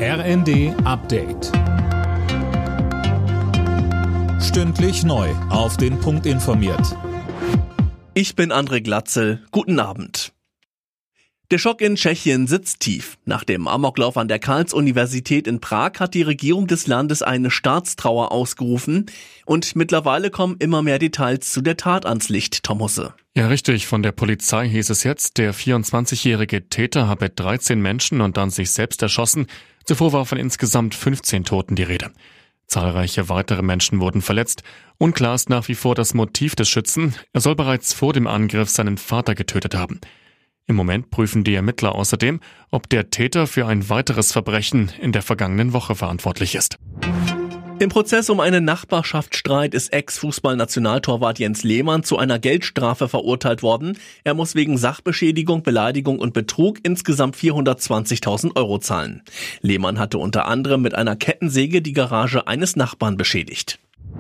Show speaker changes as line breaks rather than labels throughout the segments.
RND Update. Stündlich neu auf den Punkt informiert.
Ich bin André Glatzel. Guten Abend. Der Schock in Tschechien sitzt tief. Nach dem Amoklauf an der Karls-Universität in Prag hat die Regierung des Landes eine Staatstrauer ausgerufen. Und mittlerweile kommen immer mehr Details zu der Tat ans Licht, Tom Husse.
Ja, richtig. Von der Polizei hieß es jetzt, der 24-jährige Täter habe 13 Menschen und dann sich selbst erschossen. Zuvor war von insgesamt 15 Toten die Rede. Zahlreiche weitere Menschen wurden verletzt. Unklar ist nach wie vor das Motiv des Schützen. Er soll bereits vor dem Angriff seinen Vater getötet haben. Im Moment prüfen die Ermittler außerdem, ob der Täter für ein weiteres Verbrechen in der vergangenen Woche verantwortlich ist.
Im Prozess um einen Nachbarschaftsstreit ist Ex-Fußball-Nationaltorwart Jens Lehmann zu einer Geldstrafe verurteilt worden. Er muss wegen Sachbeschädigung, Beleidigung und Betrug insgesamt 420.000 Euro zahlen. Lehmann hatte unter anderem mit einer Kettensäge die Garage eines Nachbarn beschädigt.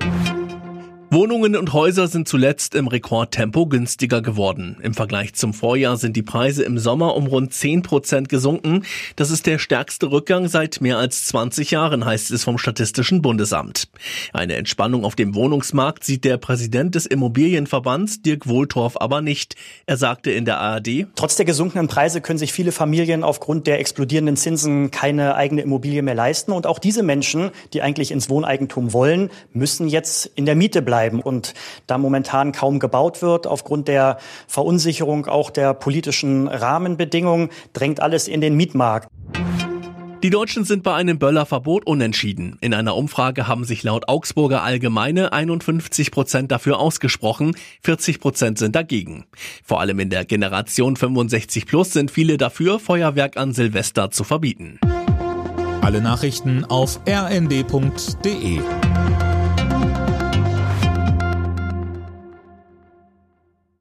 Wohnungen und Häuser sind zuletzt im Rekordtempo günstiger geworden. Im Vergleich zum Vorjahr sind die Preise im Sommer um rund 10% gesunken. Das ist der stärkste Rückgang seit mehr als 20 Jahren, heißt es vom Statistischen Bundesamt. Eine Entspannung auf dem Wohnungsmarkt sieht der Präsident des Immobilienverbands, Dirk Wohltorf, aber nicht. Er sagte in der ARD:
Trotz der gesunkenen Preise können sich viele Familien aufgrund der explodierenden Zinsen keine eigene Immobilie mehr leisten. Und auch diese Menschen, die eigentlich ins Wohneigentum wollen, müssen jetzt in der Miete bleiben. Und da momentan kaum gebaut wird, aufgrund der Verunsicherung auch der politischen Rahmenbedingungen, drängt alles in den Mietmarkt.
Die Deutschen sind bei einem Böllerverbot unentschieden. In einer Umfrage haben sich laut Augsburger Allgemeine 51% dafür ausgesprochen, 40% sind dagegen. Vor allem in der Generation 65 plus sind viele dafür, Feuerwerk an Silvester zu verbieten.
Alle Nachrichten auf rnd.de.